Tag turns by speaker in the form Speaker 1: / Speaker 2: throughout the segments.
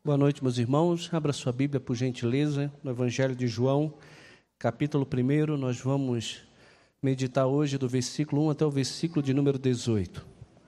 Speaker 1: Boa noite, meus irmãos. Abra sua Bíblia, por gentileza, no Evangelho de João, capítulo 1. Nós vamos meditar hoje do versículo 1 até o versículo de número 18.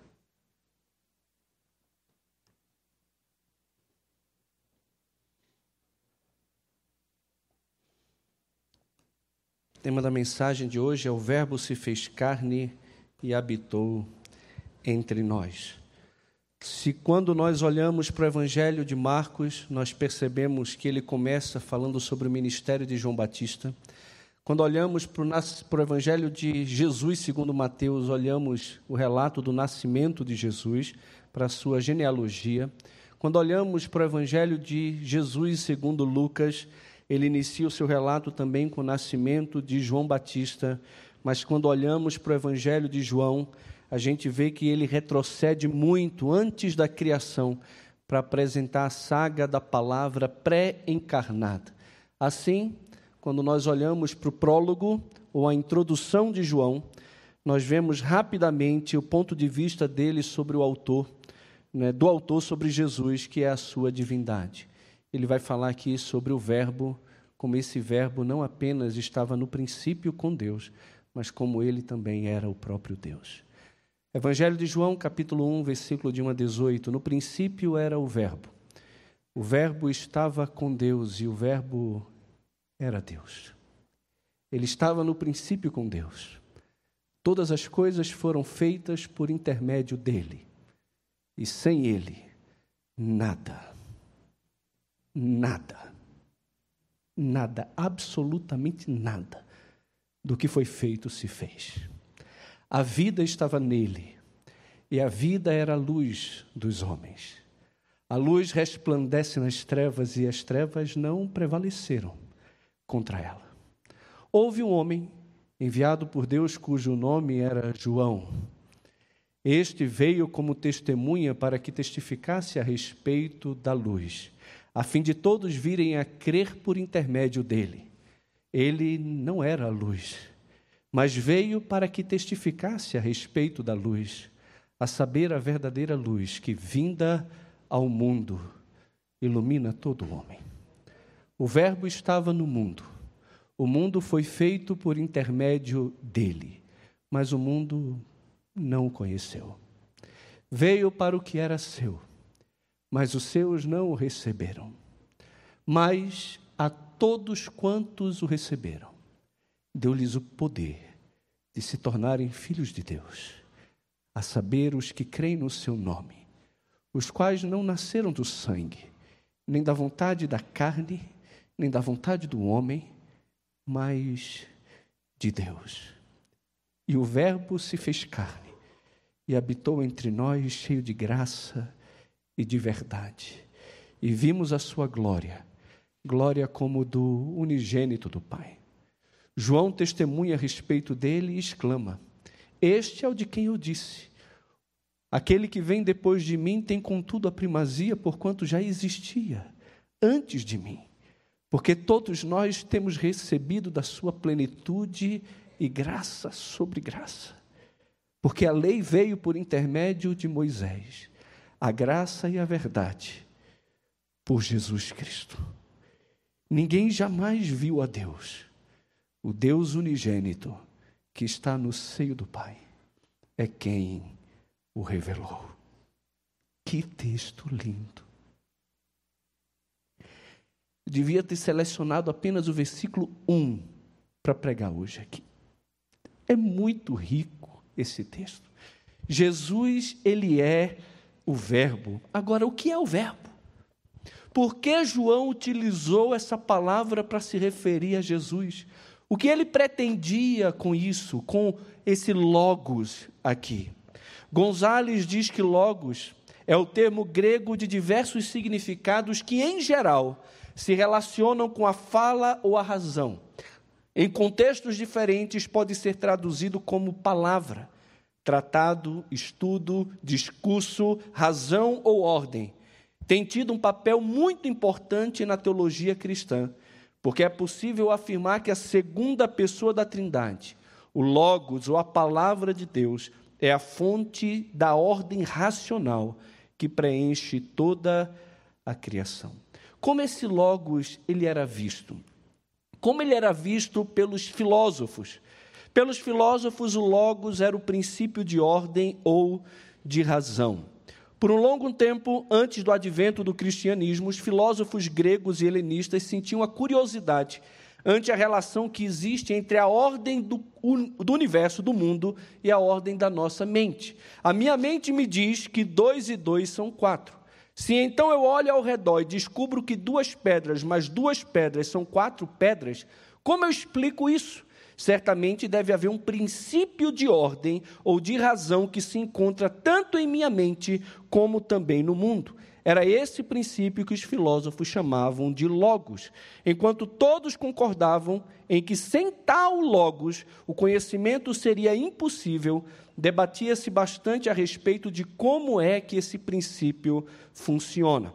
Speaker 1: O tema da mensagem de hoje é: o Verbo se fez carne e habitou entre nós. Se quando nós olhamos para o Evangelho de Marcos, nós percebemos que ele começa falando sobre o ministério de João Batista. Quando olhamos para o Evangelho de Jesus, segundo Mateus, olhamos o relato do nascimento de Jesus, para a sua genealogia. Quando olhamos para o Evangelho de Jesus, segundo Lucas, ele inicia o seu relato também com o nascimento de João Batista. Mas quando olhamos para o Evangelho de João, a gente vê que ele retrocede muito antes da criação para apresentar a saga da palavra pré-encarnada. Assim, quando nós olhamos para o prólogo ou a introdução de João, nós vemos rapidamente o ponto de vista dele sobre o autor, do autor sobre Jesus, que é a sua divindade. Ele vai falar aqui sobre o Verbo, como esse Verbo não apenas estava no princípio com Deus, mas como ele também era o próprio Deus. Evangelho de João, capítulo 1, versículo de 1 a 18. No princípio era o Verbo estava com Deus e o Verbo era Deus. Ele estava no princípio com Deus. Todas as coisas foram feitas por intermédio dele. E sem ele, nada, absolutamente nada do que foi feito se fez. A vida estava nele, e a vida era a luz dos homens. A luz resplandece nas trevas, e as trevas não prevaleceram contra ela. Houve um homem enviado por Deus, cujo nome era João. Este veio como testemunha para que testificasse a respeito da luz, a fim de todos virem a crer por intermédio dele. Ele não era a luz, mas veio para que testificasse a respeito da luz, a saber, a verdadeira luz que, vinda ao mundo, ilumina todo homem. O Verbo estava no mundo. O mundo foi feito por intermédio dele, mas o mundo não o conheceu. Veio para o que era seu, mas os seus não o receberam. Mas a todos quantos o receberam, deu-lhes o poder de se tornarem filhos de Deus, a saber, os que creem no seu nome, os quais não nasceram do sangue, nem da vontade da carne, nem da vontade do homem, mas de Deus. E o Verbo se fez carne e habitou entre nós, cheio de graça e de verdade. E vimos a sua glória, glória como do unigênito do Pai. João testemunha a respeito dele e exclama: este é o de quem eu disse, aquele que vem depois de mim tem contudo a primazia, porquanto já existia antes de mim, porque todos nós temos recebido da sua plenitude e graça sobre graça, porque a lei veio por intermédio de Moisés, a graça e a verdade por Jesus Cristo. Ninguém jamais viu a Deus. O Deus unigênito, que está no seio do Pai, é quem o revelou. Que texto lindo! Eu devia ter selecionado apenas o versículo 1 para pregar hoje aqui. É muito rico esse texto. Jesus, ele é o Verbo. Agora, o que é o Verbo? Por que João utilizou essa palavra para se referir a Jesus? O que ele pretendia com isso, com esse logos aqui? Gonzalez diz que logos é o termo grego de diversos significados que, em geral, se relacionam com a fala ou a razão. Em contextos diferentes, pode ser traduzido como palavra, tratado, estudo, discurso, razão ou ordem. Tem tido um papel muito importante na teologia cristã, porque é possível afirmar que a segunda pessoa da Trindade, o Logos, ou a Palavra de Deus, é a fonte da ordem racional que preenche toda a criação. Como esse Logos ele era visto? Como ele era visto pelos filósofos? Pelos filósofos, o Logos era o princípio de ordem ou de razão. Por um longo tempo, antes do advento do cristianismo, os filósofos gregos e helenistas sentiam a curiosidade ante a relação que existe entre a ordem do universo, do mundo, e a ordem da nossa mente. A minha mente me diz que 2 e 2 são 4. Se então eu olho ao redor e descubro que 2 pedras mais 2 pedras são 4 pedras, como eu explico isso? Certamente deve haver um princípio de ordem ou de razão que se encontra tanto em minha mente como também no mundo. Era esse princípio que os filósofos chamavam de Logos. Enquanto todos concordavam em que sem tal Logos o conhecimento seria impossível, debatia-se bastante a respeito de como é que esse princípio funciona.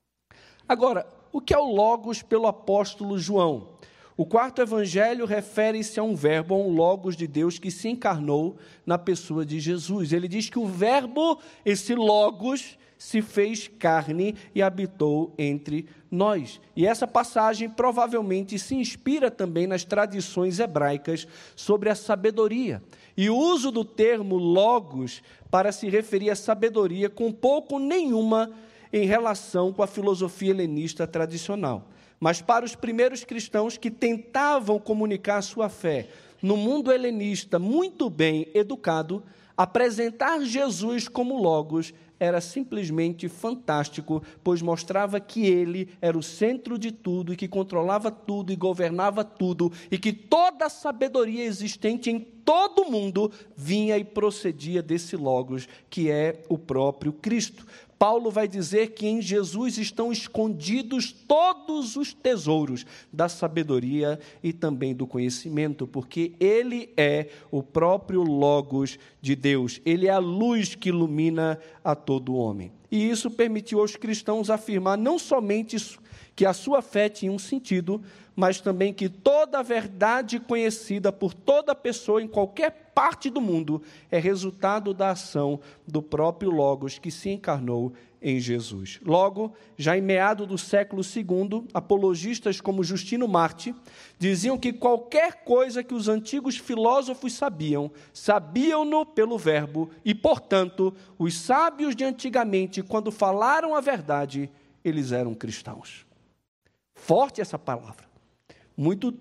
Speaker 1: Agora, o que é o Logos pelo apóstolo João? O 4º evangelho refere-se a um verbo, a um Logos de Deus que se encarnou na pessoa de Jesus. Ele diz que o verbo, esse Logos, se fez carne e habitou entre nós. E essa passagem provavelmente se inspira também nas tradições hebraicas sobre a sabedoria. E o uso do termo Logos para se referir à sabedoria com pouco nenhuma em relação com a filosofia helenista tradicional. Mas para os primeiros cristãos que tentavam comunicar a sua fé no mundo helenista muito bem educado, apresentar Jesus como Logos era simplesmente fantástico, pois mostrava que ele era o centro de tudo e que controlava tudo e governava tudo e que toda a sabedoria existente em todo o mundo vinha e procedia desse Logos, que é o próprio Cristo. Paulo vai dizer que em Jesus estão escondidos todos os tesouros da sabedoria e também do conhecimento, porque ele é o próprio Logos de Deus. Ele é a luz que ilumina a todo homem. E isso permitiu aos cristãos afirmar não somente que a sua fé tinha um sentido, mas também que toda a verdade conhecida por toda pessoa em qualquer parte do mundo é resultado da ação do próprio Logos que se encarnou em Jesus. Logo, já em meado do século II, apologistas como Justino Marte diziam que qualquer coisa que os antigos filósofos sabiam-no pelo verbo e, portanto, os sábios de antigamente, quando falaram a verdade, eles eram cristãos. Forte essa palavra. Muito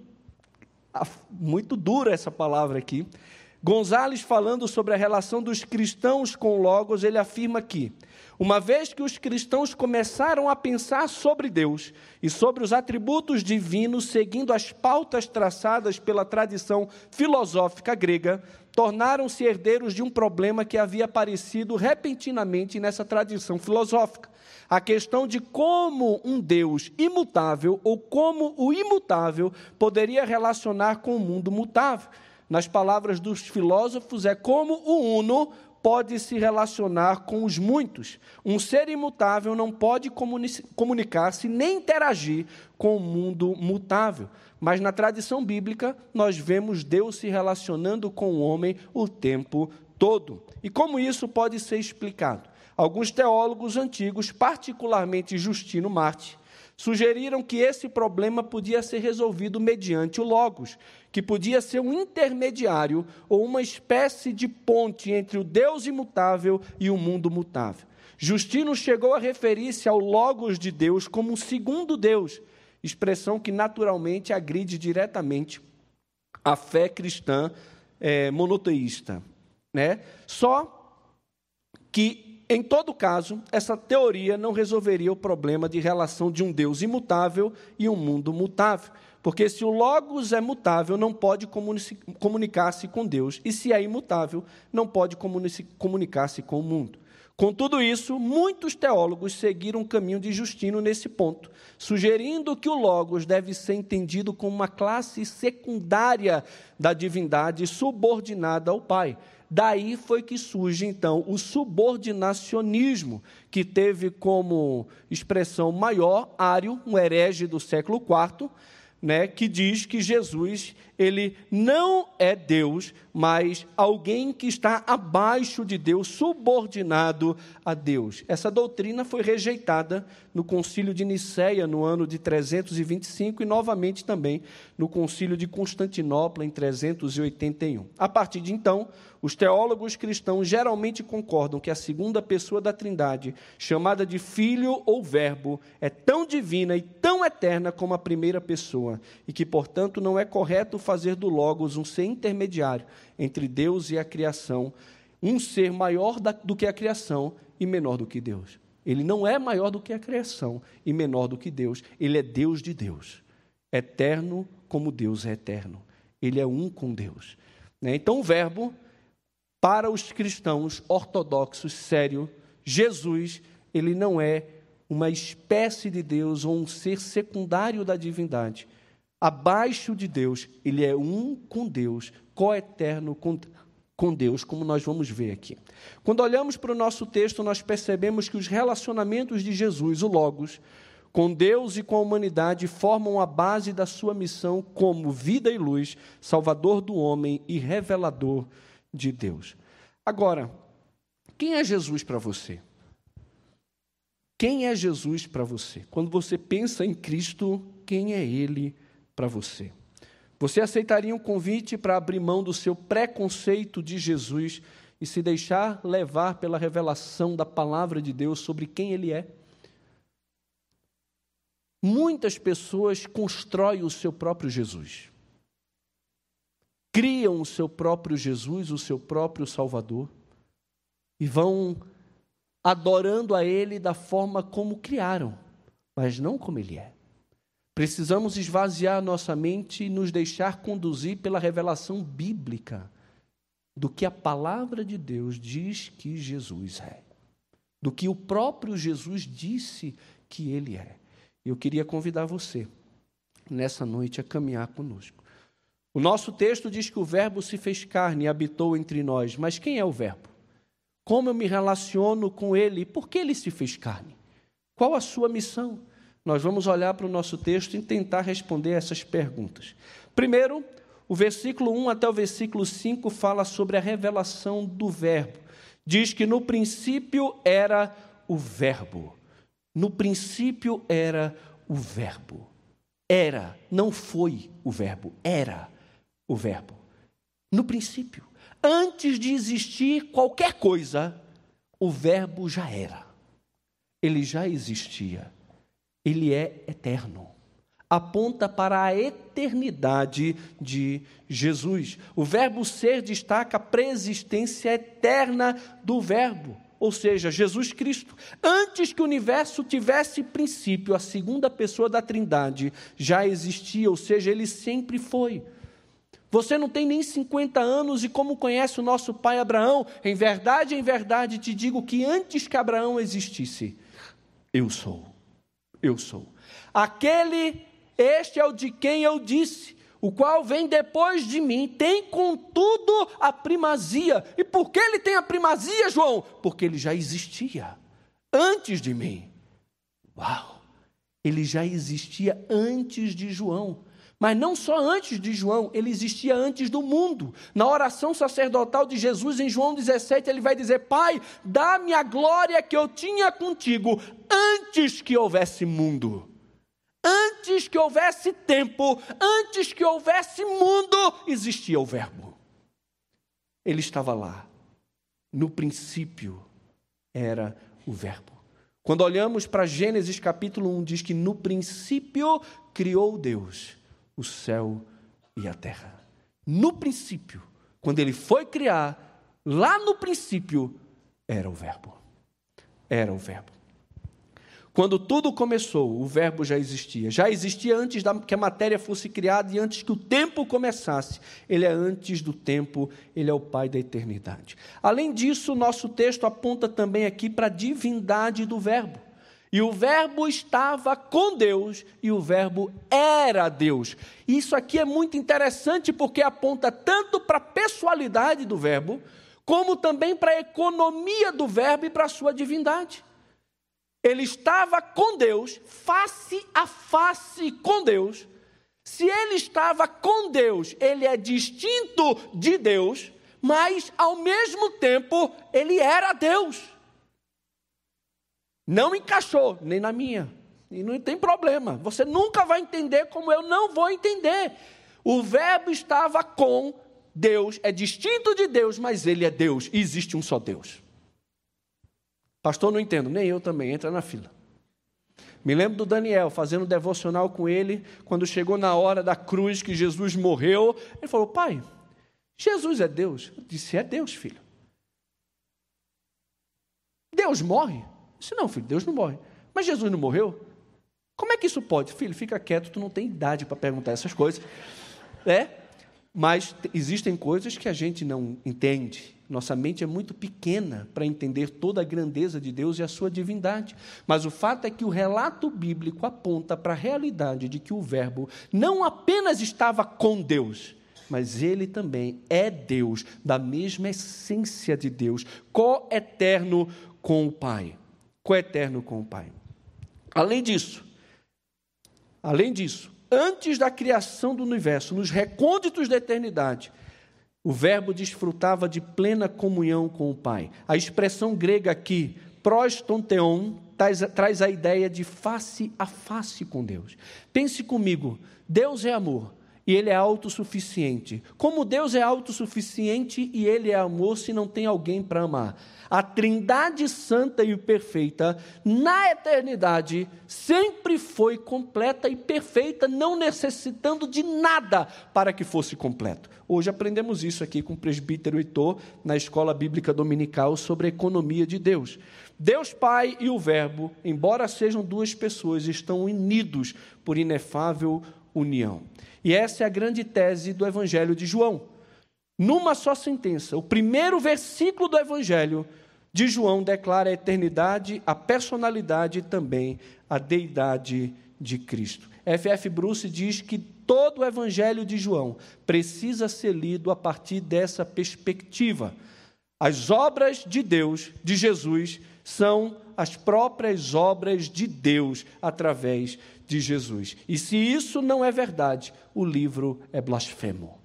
Speaker 1: dura essa palavra aqui. Gonzales, falando sobre a relação dos cristãos com o Logos, ele afirma que, uma vez que os cristãos começaram a pensar sobre Deus e sobre os atributos divinos, seguindo as pautas traçadas pela tradição filosófica grega, tornaram-se herdeiros de um problema que havia aparecido repentinamente nessa tradição filosófica. A questão de como um Deus imutável ou como o imutável poderia relacionar com o mundo mutável. Nas palavras dos filósofos, é como o uno pode se relacionar com os muitos. Um ser imutável não pode comunicar-se nem interagir com o mundo mutável. Mas na tradição bíblica, nós vemos Deus se relacionando com o homem o tempo todo. E como isso pode ser explicado? Alguns teólogos antigos, particularmente Justino Marte, sugeriram que esse problema podia ser resolvido mediante o Logos, que podia ser um intermediário ou uma espécie de ponte entre o Deus imutável e o mundo mutável. Justino chegou a referir-se ao Logos de Deus como um segundo Deus, expressão que naturalmente agride diretamente a fé cristã monoteísta, né? Só que, em todo caso, essa teoria não resolveria o problema de relação de um Deus imutável e um mundo mutável. Porque se o Logos é mutável, não pode comunicar-se com Deus. E se é imutável, não pode comunicar-se com o mundo. Com tudo isso, muitos teólogos seguiram o caminho de Justino nesse ponto, sugerindo que o Logos deve ser entendido como uma classe secundária da divindade subordinada ao Pai. Daí foi que surge, então, o subordinacionismo, que teve como expressão maior Ário, um herege do século IV, que diz que Jesus, ele não é Deus, mas alguém que está abaixo de Deus, subordinado a Deus. Essa doutrina foi rejeitada no Concílio de Nicéia, no ano de 325, e novamente também no Concílio de Constantinopla, em 381. A partir de então, os teólogos cristãos geralmente concordam que a segunda pessoa da Trindade, chamada de Filho ou Verbo, é tão divina e tão eterna como a primeira pessoa, e que, portanto, não é correto fazer do Logos um ser intermediário entre Deus e a criação, um ser maior do que a criação e menor do que Deus. Ele não é maior do que a criação e menor do que Deus. Ele é Deus de Deus, eterno como Deus é eterno. Ele é um com Deus. Então, o Verbo, para os cristãos ortodoxos, sério, Jesus, ele não é uma espécie de Deus ou um ser secundário da divindade. Abaixo de Deus, ele é um com Deus, coeterno com Deus, como nós vamos ver aqui. Quando olhamos para o nosso texto, nós percebemos que os relacionamentos de Jesus, o Logos, com Deus e com a humanidade, formam a base da sua missão como vida e luz, salvador do homem e revelador de Deus. Agora, quem é Jesus para você? Quem é Jesus para você? Quando você pensa em Cristo, quem é Ele para você? Você aceitaria um convite para abrir mão do seu preconceito de Jesus e se deixar levar pela revelação da palavra de Deus sobre quem Ele é? Muitas pessoas constroem o seu próprio Jesus. Criam o seu próprio Jesus, o seu próprio Salvador, e vão adorando a Ele da forma como criaram, mas não como Ele é. Precisamos esvaziar nossa mente e nos deixar conduzir pela revelação bíblica do que a palavra de Deus diz que Jesus é, do que o próprio Jesus disse que Ele é. Eu queria convidar você, nessa noite, a caminhar conosco. O nosso texto diz que o Verbo se fez carne e habitou entre nós. Mas quem é o Verbo? Como eu me relaciono com Ele? Por que Ele se fez carne? Qual a sua missão? Nós vamos olhar para o nosso texto e tentar responder essas perguntas. Primeiro, o versículo 1 até o versículo 5 fala sobre a revelação do Verbo. Diz que no princípio era o Verbo. No princípio era o Verbo. Era, não foi o Verbo, era o Verbo. No princípio, antes de existir qualquer coisa, o Verbo já era. Ele já existia. Ele é eterno. Aponta para a eternidade de Jesus. O verbo ser destaca a preexistência eterna do Verbo, ou seja, Jesus Cristo. Antes que o universo tivesse princípio, a segunda pessoa da Trindade já existia, ou seja, ele sempre foi. Você não tem nem 50 anos e como conhece o nosso pai Abraão, em verdade te digo que antes que Abraão existisse, eu sou. Eu sou. Este é o de quem eu disse, o qual vem depois de mim, tem contudo a primazia. E por que ele tem a primazia, João? Porque ele já existia antes de mim. Uau! Ele já existia antes de João. Mas não só antes de João, ele existia antes do mundo. Na oração sacerdotal de Jesus, em João 17, ele vai dizer: Pai, dá-me a glória que eu tinha contigo antes que houvesse mundo. Antes que houvesse tempo, antes que houvesse mundo, existia o Verbo. Ele estava lá. No princípio era o Verbo. Quando olhamos para Gênesis capítulo 1, diz que no princípio criou Deus o céu e a terra. No princípio, quando ele foi criar, lá no princípio, era o Verbo. Era o Verbo. Quando tudo começou, o Verbo já existia antes que a matéria fosse criada e antes que o tempo começasse. Ele é antes do tempo, ele é o Pai da eternidade. Além disso, o nosso texto aponta também aqui para a divindade do Verbo. E o Verbo estava com Deus e o Verbo era Deus. Isso aqui é muito interessante porque aponta tanto para a pessoalidade do Verbo, como também para a economia do Verbo e para a sua divindade. Ele estava com Deus, face a face com Deus, Se ele estava com Deus, ele é distinto de Deus, mas ao mesmo tempo ele era Deus. Não encaixou, nem na minha. E não tem problema. Você nunca vai entender como eu não vou entender. O Verbo estava com Deus, é distinto de Deus, mas ele é Deus. E existe um só Deus. Pastor, não entendo. Nem eu também. Entra na fila. Me lembro do Daniel, fazendo devocional com ele, quando chegou na hora da cruz que Jesus morreu. Ele falou, pai, Jesus é Deus? Eu disse, é Deus, filho. Deus morre? Eu disse, não, filho, Deus não morre. Mas Jesus não morreu? Como é que isso pode? Filho, fica quieto, tu não tem idade para perguntar essas coisas. Mas existem coisas que a gente não entende. Nossa mente é muito pequena para entender toda a grandeza de Deus e a sua divindade. Mas o fato é que o relato bíblico aponta para a realidade de que o Verbo não apenas estava com Deus, mas ele também é Deus, da mesma essência de Deus, coeterno com o Pai. Coeterno com o Pai. Além disso, antes da criação do universo, nos recônditos da eternidade, o Verbo desfrutava de plena comunhão com o Pai. A expressão grega aqui, prostonteon, traz a ideia de face a face com Deus. Pense comigo, Deus é amor e Ele é autossuficiente. Como Deus é autossuficiente e Ele é amor se não tem alguém para amar? A Trindade Santa e Perfeita, na eternidade, sempre foi completa e perfeita, não necessitando de nada para que fosse completo. Hoje aprendemos isso aqui com o presbítero Heitor, na Escola Bíblica Dominical, sobre a economia de Deus. Deus Pai e o Verbo, embora sejam duas pessoas, estão unidos por inefável união. E essa é a grande tese do Evangelho de João. Numa só sentença, o primeiro versículo do Evangelho de João declara a eternidade, a personalidade e também a deidade de Cristo. F.F. Bruce diz que todo o Evangelho de João precisa ser lido a partir dessa perspectiva. As obras de Deus, de Jesus, são as próprias obras de Deus através de Jesus. E se isso não é verdade, o livro é blasfemo.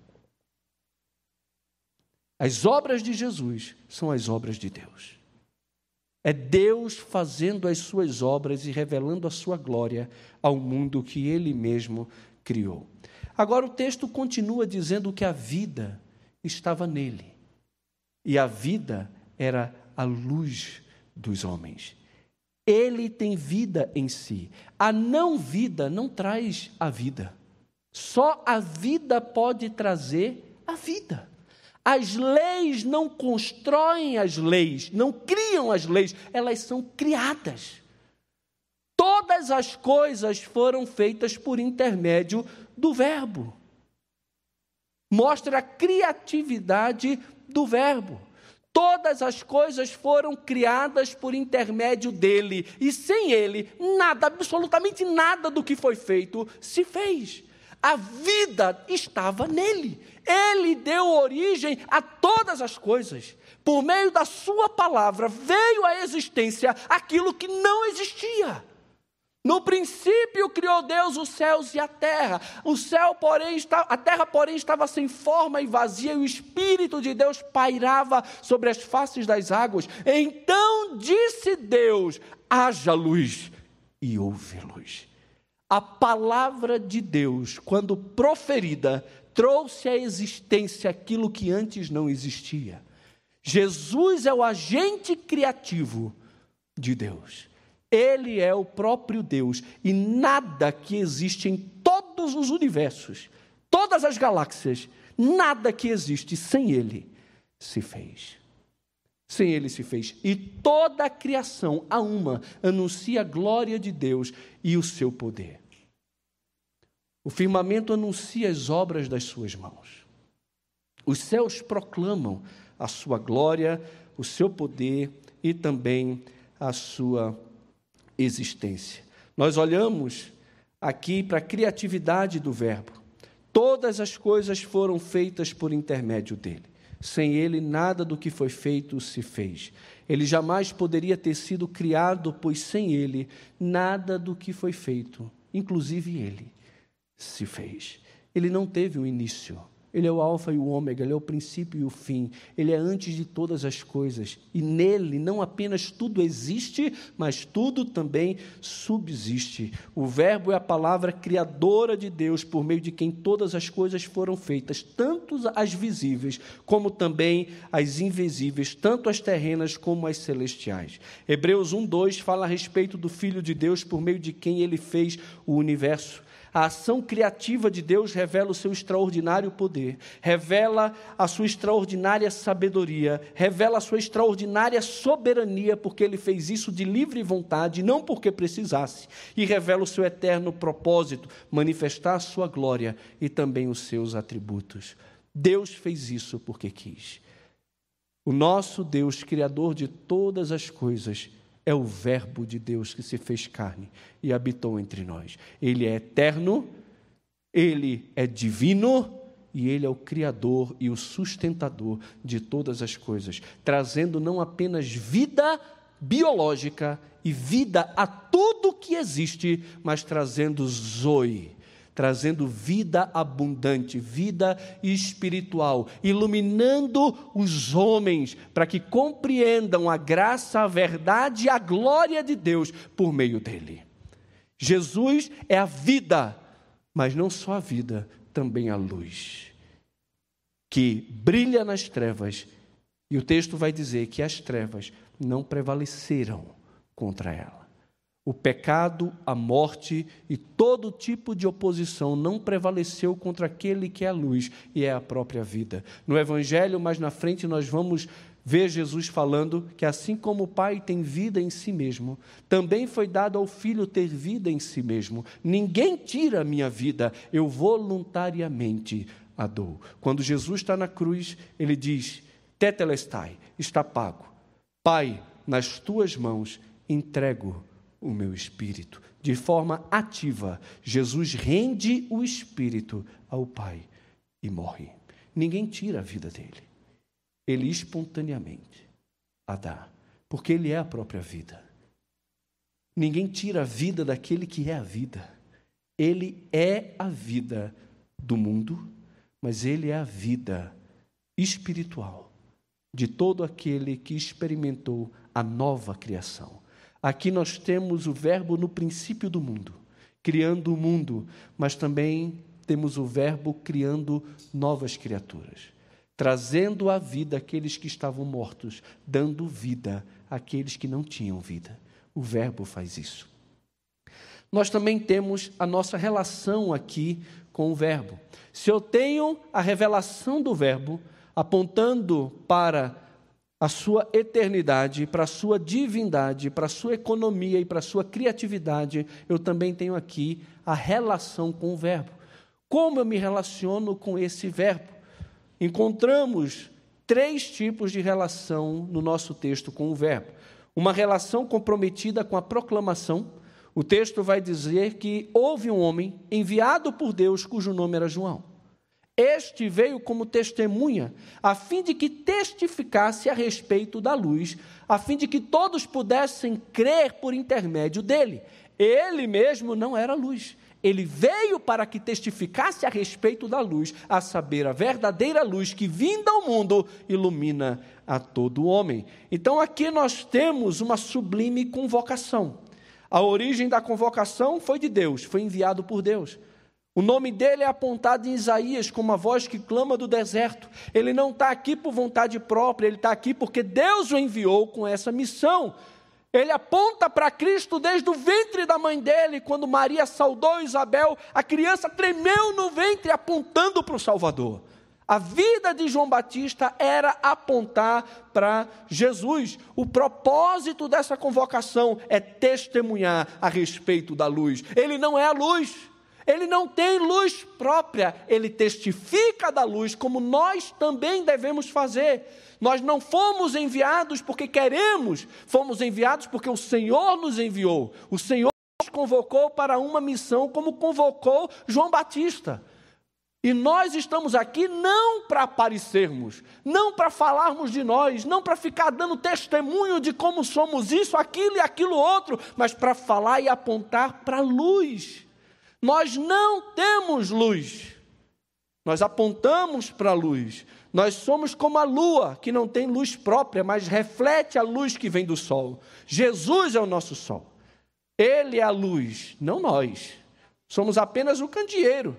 Speaker 1: As obras de Jesus são as obras de Deus. É Deus fazendo as suas obras e revelando a sua glória ao mundo que Ele mesmo criou. Agora o texto continua dizendo que a vida estava nele. E a vida era a luz dos homens. Ele tem vida em si. A não vida não traz a vida. Só a vida pode trazer a vida. As leis não constroem as leis, não criam as leis, elas são criadas. Todas as coisas foram feitas por intermédio do Verbo. Mostra a criatividade do Verbo. Todas as coisas foram criadas por intermédio dele, e sem ele, nada, absolutamente nada do que foi feito se fez. A vida estava nele. Ele deu origem a todas as coisas. Por meio da sua palavra veio à existência aquilo que não existia. No princípio criou Deus os céus e a terra. A terra, porém, estava sem forma e vazia, e o Espírito de Deus pairava sobre as faces das águas. Então disse Deus: haja luz, e houve luz. A palavra de Deus, quando proferida, trouxe à existência aquilo que antes não existia. Jesus é o agente criativo de Deus. Ele é o próprio Deus, e nada que existe em todos os universos, todas as galáxias, nada que existe sem Ele se fez. Sem Ele se fez. E toda a criação, a uma, anuncia a glória de Deus e o seu poder. O firmamento anuncia as obras das suas mãos. Os céus proclamam a sua glória, o seu poder e também a sua existência. Nós olhamos aqui para a criatividade do Verbo. Todas as coisas foram feitas por intermédio dele. Sem ele, nada do que foi feito se fez. Ele jamais poderia ter sido criado, pois sem ele, nada do que foi feito, inclusive ele, se fez. Ele não teve um início. Ele é o alfa e o ômega, ele é o princípio e o fim. Ele é antes de todas as coisas. E nele não apenas tudo existe, mas tudo também subsiste. O Verbo é a palavra criadora de Deus, por meio de quem todas as coisas foram feitas, tanto as visíveis como também as invisíveis, tanto as terrenas como as celestiais. Hebreus 1:2 fala a respeito do Filho de Deus, por meio de quem ele fez o universo. A ação criativa de Deus revela o seu extraordinário poder, revela a sua extraordinária sabedoria, revela a sua extraordinária soberania, porque Ele fez isso de livre vontade, não porque precisasse, e revela o seu eterno propósito, manifestar a sua glória e também os seus atributos. Deus fez isso porque quis. O nosso Deus, Criador de todas as coisas, é o Verbo de Deus que se fez carne e habitou entre nós. Ele é eterno, Ele é divino e Ele é o Criador e o sustentador de todas as coisas, trazendo não apenas vida biológica e vida a tudo que existe, mas trazendo zoe, trazendo vida abundante, vida espiritual, iluminando os homens para que compreendam a graça, a verdade e a glória de Deus por meio dele. Jesus é a vida, mas não só a vida, também a luz, que brilha nas trevas, e o texto vai dizer que as trevas não prevaleceram contra ela. O pecado, a morte e todo tipo de oposição não prevaleceu contra aquele que é a luz e é a própria vida. No Evangelho, mais na frente, nós vamos ver Jesus falando que assim como o Pai tem vida em si mesmo, também foi dado ao Filho ter vida em si mesmo. Ninguém tira a minha vida, eu voluntariamente a dou. Quando Jesus está na cruz, ele diz, tetelestai, está pago. Pai, nas tuas mãos entrego o meu espírito. De forma ativa, Jesus rende o espírito ao Pai e morre. Ninguém tira a vida dele. Ele espontaneamente a dá, porque ele é a própria vida. Ninguém tira a vida daquele que é a vida. Ele é a vida do mundo, mas ele é a vida espiritual de todo aquele que experimentou a nova criação. Aqui nós temos o Verbo no princípio do mundo, criando o mundo, mas também temos o Verbo criando novas criaturas, trazendo à vida aqueles que estavam mortos, dando vida àqueles que não tinham vida. O Verbo faz isso. Nós também temos a nossa relação aqui com o Verbo. Se eu tenho a revelação do Verbo, apontando para a sua eternidade, para a sua divindade, para a sua economia e para a sua criatividade, eu também tenho aqui a relação com o Verbo. Como eu me relaciono com esse Verbo? Encontramos 3 tipos de relação no nosso texto com o Verbo. Uma relação comprometida com a proclamação. O texto vai dizer que houve um homem enviado por Deus cujo nome era João. Este veio como testemunha, a fim de que testificasse a respeito da luz, a fim de que todos pudessem crer por intermédio dele. Ele mesmo não era luz. Ele veio para que testificasse a respeito da luz, a saber, a verdadeira luz que, vinda ao mundo, ilumina a todo homem. Então, aqui nós temos uma sublime convocação. A origem da convocação foi de Deus, foi enviado por Deus. O nome dele é apontado em Isaías como a voz que clama do deserto. Ele não está aqui por vontade própria, ele está aqui porque Deus o enviou com essa missão. Ele aponta para Cristo desde o ventre da mãe dele. Quando Maria saudou Isabel, a criança tremeu no ventre apontando para o Salvador. A vida de João Batista era apontar para Jesus. O propósito dessa convocação é testemunhar a respeito da luz. Ele não é a luz. Ele não tem luz própria, ele testifica da luz, como nós também devemos fazer. Nós não fomos enviados porque queremos, fomos enviados porque o Senhor nos enviou. O Senhor nos convocou para uma missão, como convocou João Batista. E nós estamos aqui não para aparecermos, não para falarmos de nós, não para ficar dando testemunho de como somos isso, aquilo e aquilo outro, mas para falar e apontar para a luz. Nós não temos luz. Nós apontamos para a luz. Nós somos como a lua, que não tem luz própria, mas reflete a luz que vem do sol. Jesus é o nosso sol. Ele é a luz, não nós. Somos apenas o candeeiro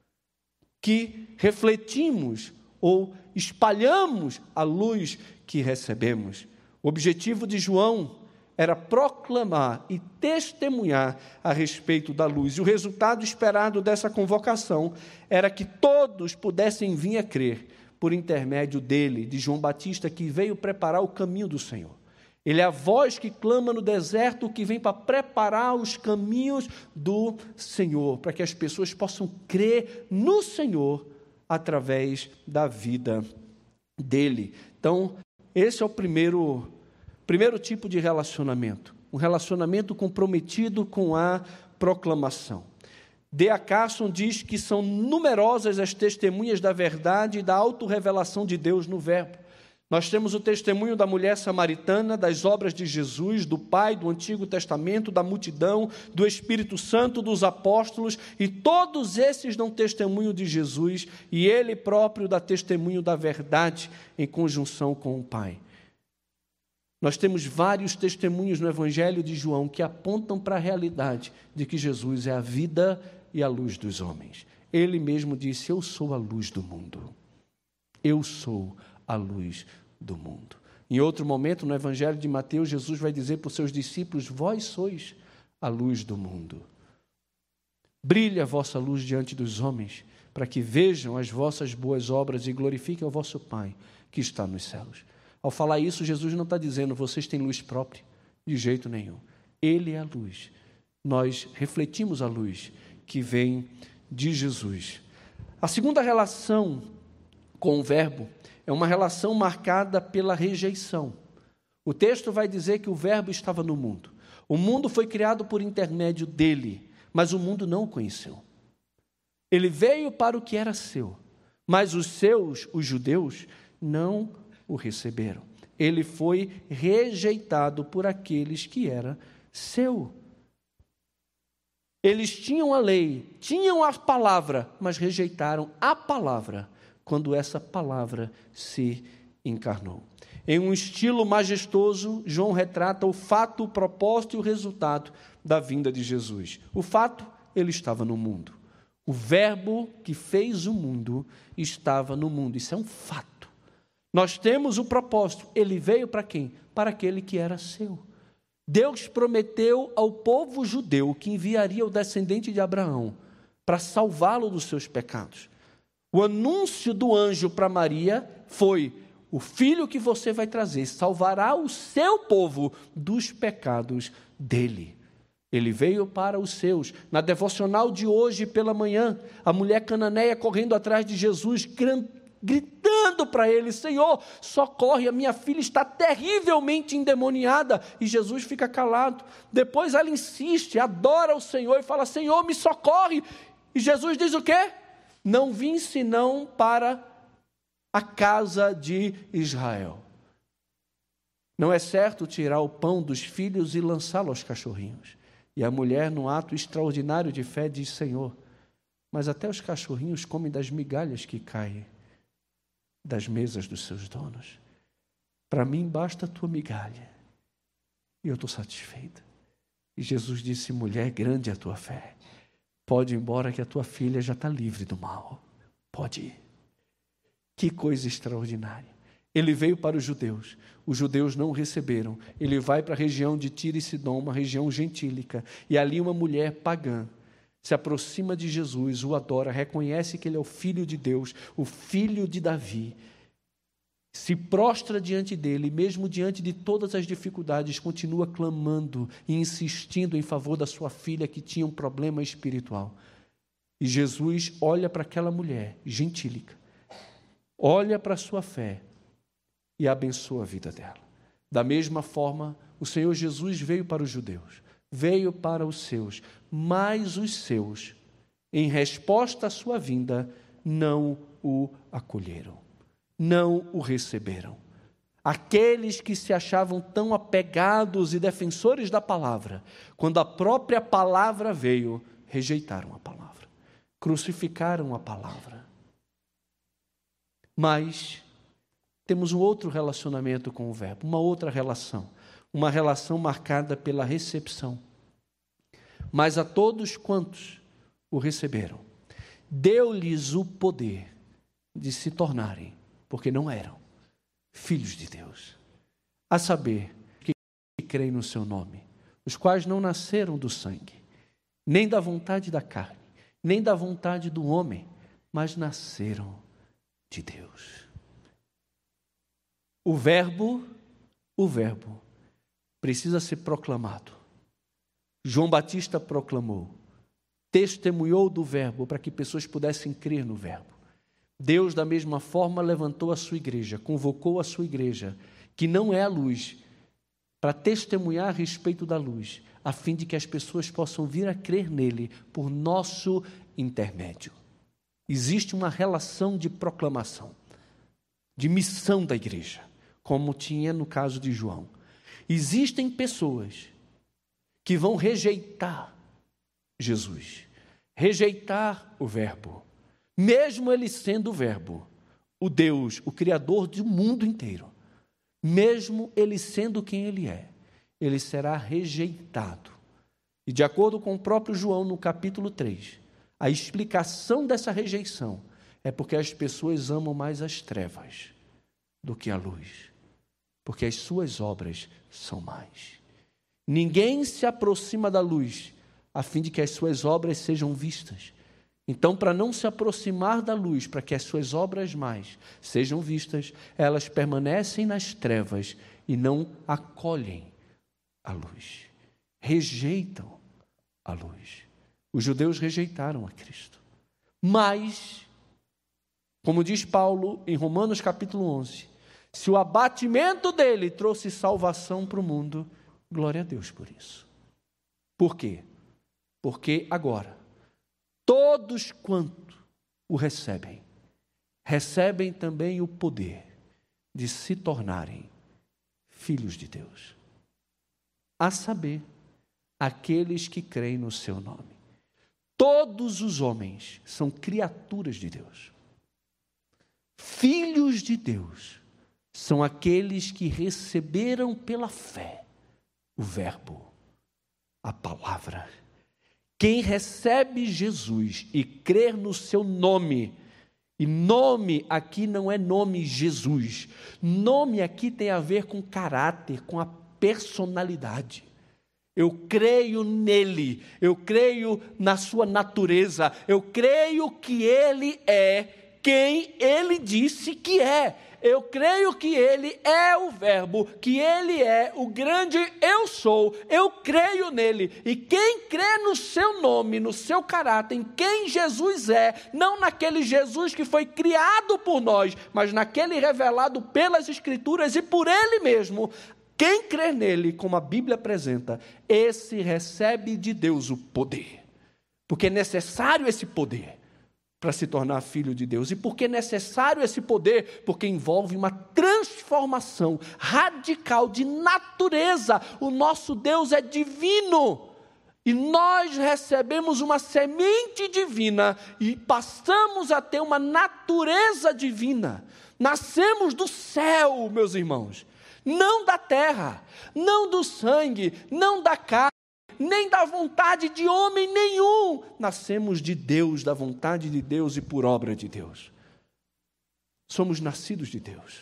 Speaker 1: que refletimos ou espalhamos a luz que recebemos. O objetivo de João era proclamar e testemunhar a respeito da luz. E o resultado esperado dessa convocação era que todos pudessem vir a crer por intermédio dele, de João Batista, que veio preparar o caminho do Senhor. Ele é a voz que clama no deserto, que vem para preparar os caminhos do Senhor, para que as pessoas possam crer no Senhor através da vida dele. Então, esse é o primeiro tipo de relacionamento, um relacionamento comprometido com a proclamação. D.A. Carson diz que são numerosas as testemunhas da verdade e da autorrevelação de Deus no Verbo. Nós temos o testemunho da mulher samaritana, das obras de Jesus, do Pai, do Antigo Testamento, da multidão, do Espírito Santo, dos apóstolos, e todos esses dão testemunho de Jesus, e Ele próprio dá testemunho da verdade em conjunção com o Pai. Nós temos vários testemunhos no Evangelho de João que apontam para a realidade de que Jesus é a vida e a luz dos homens. Ele mesmo disse: eu sou a luz do mundo. Eu sou a luz do mundo. Em outro momento, no Evangelho de Mateus, Jesus vai dizer para os seus discípulos: vós sois a luz do mundo. Brilhe a vossa luz diante dos homens, para que vejam as vossas boas obras e glorifiquem o vosso Pai que está nos céus. Ao falar isso, Jesus não está dizendo: vocês têm luz própria, de jeito nenhum. Ele é a luz. Nós refletimos a luz que vem de Jesus. A segunda relação com o Verbo é uma relação marcada pela rejeição. O texto vai dizer que o Verbo estava no mundo. O mundo foi criado por intermédio dele, mas o mundo não o conheceu. Ele veio para o que era seu, mas os seus, os judeus, não o receberam. Ele foi rejeitado por aqueles que era seu. Eles tinham a lei, tinham a palavra, mas rejeitaram a palavra quando essa palavra se encarnou. Em um estilo majestoso, João retrata o fato, o propósito e o resultado da vinda de Jesus. O fato, ele estava no mundo. O Verbo que fez o mundo estava no mundo. Isso é um fato. Nós temos o propósito. Ele veio para quem? Para aquele que era seu. Deus prometeu ao povo judeu que enviaria o descendente de Abraão para salvá-lo dos seus pecados. O anúncio do anjo para Maria foi: o filho que você vai trazer salvará o seu povo dos pecados dele. Ele veio para os seus. Na devocional de hoje pela manhã, a mulher cananeia correndo atrás de Jesus, gritando para ele: Senhor, socorre, a minha filha está terrivelmente endemoniada. E Jesus fica calado. Depois ela insiste, adora o Senhor e fala: Senhor, me socorre. E Jesus diz o quê? Não vim senão para a casa de Israel. Não é certo tirar o pão dos filhos e lançá-lo aos cachorrinhos. E a mulher, num ato extraordinário de fé, diz: Senhor, mas até os cachorrinhos comem das migalhas que caem das mesas dos seus donos. Para mim basta a tua migalha e eu estou satisfeita. E Jesus disse: mulher, grande é a tua fé. Pode ir embora que a tua filha já está livre do mal. Pode ir. Que coisa extraordinária. Ele veio para os judeus não o receberam. Ele vai para a região de Tiro e Sidom, uma região gentílica, e ali uma mulher pagã se aproxima de Jesus, o adora, reconhece que ele é o Filho de Deus, o Filho de Davi, se prostra diante dele, mesmo diante de todas as dificuldades, continua clamando e insistindo em favor da sua filha que tinha um problema espiritual. E Jesus olha para aquela mulher gentílica, olha para a sua fé e abençoa a vida dela. Da mesma forma, o Senhor Jesus veio para os judeus, veio para os seus, mas os seus, em resposta à sua vinda, não o acolheram, não o receberam. Aqueles que se achavam tão apegados e defensores da palavra, quando a própria palavra veio, rejeitaram a palavra. crucificaram a palavra. Mas temos um outro relacionamento com o verbo, uma outra relação, uma relação marcada pela recepção. Mas a todos quantos o receberam, deu-lhes o poder de se tornarem, porque não eram, filhos de Deus, a saber, que creem no seu nome, os quais não nasceram do sangue, nem da vontade da carne, nem da vontade do homem, mas nasceram de Deus. O verbo precisa ser proclamado. João Batista proclamou, testemunhou do verbo para que pessoas pudessem crer no verbo. Deus, da mesma forma, levantou a sua igreja, convocou a sua igreja, que não é a luz, para testemunhar a respeito da luz, a fim de que as pessoas possam vir a crer nele por nosso intermédio. Existe uma relação de proclamação, de missão da igreja, como tinha no caso de João. Existem pessoas que vão rejeitar Jesus, rejeitar o verbo, mesmo ele sendo o verbo, o Deus, o Criador do mundo inteiro, mesmo ele sendo quem ele é, ele será rejeitado. E de acordo com o próprio João, no capítulo 3, a explicação dessa rejeição é porque as pessoas amam mais as trevas do que a luz, porque as suas obras são mais. Ninguém se aproxima da luz a fim de que as suas obras sejam vistas. Então, para não se aproximar da luz, para que as suas obras mais sejam vistas, elas permanecem nas trevas e não acolhem a luz. Rejeitam a luz. Os judeus rejeitaram a Cristo. Mas, como diz Paulo em Romanos capítulo 11, se o abatimento dele trouxe salvação para o mundo, glória a Deus por isso. Por quê? Porque agora, todos quanto o recebem, recebem também o poder de se tornarem filhos de Deus. A saber, aqueles que creem no seu nome. Todos os homens são criaturas de Deus. Filhos de Deus são aqueles que receberam pela fé o verbo, a palavra. Quem recebe Jesus e crer no seu nome, e nome aqui não é nome Jesus, nome aqui tem a ver com caráter, com a personalidade. Eu creio nele, eu creio na sua natureza, eu creio que ele é quem ele disse que é. Eu creio que ele é o verbo, que ele é o grande eu sou, eu creio nele. E quem crê no seu nome, no seu caráter, em quem Jesus é, não naquele Jesus que foi criado por nós, mas naquele revelado pelas Escrituras e por ele mesmo, quem crê nele, como a Bíblia apresenta, esse recebe de Deus o poder. Porque é necessário esse poder para se tornar filho de Deus. E por que é necessário esse poder? Porque envolve uma transformação radical de natureza. O nosso Deus é divino. E nós recebemos uma semente divina e passamos a ter uma natureza divina. Nascemos do céu, meus irmãos. Não da terra, não do sangue, não da carne, nem da vontade de homem nenhum. Nascemos de Deus, da vontade de Deus e por obra de Deus. Somos nascidos de Deus,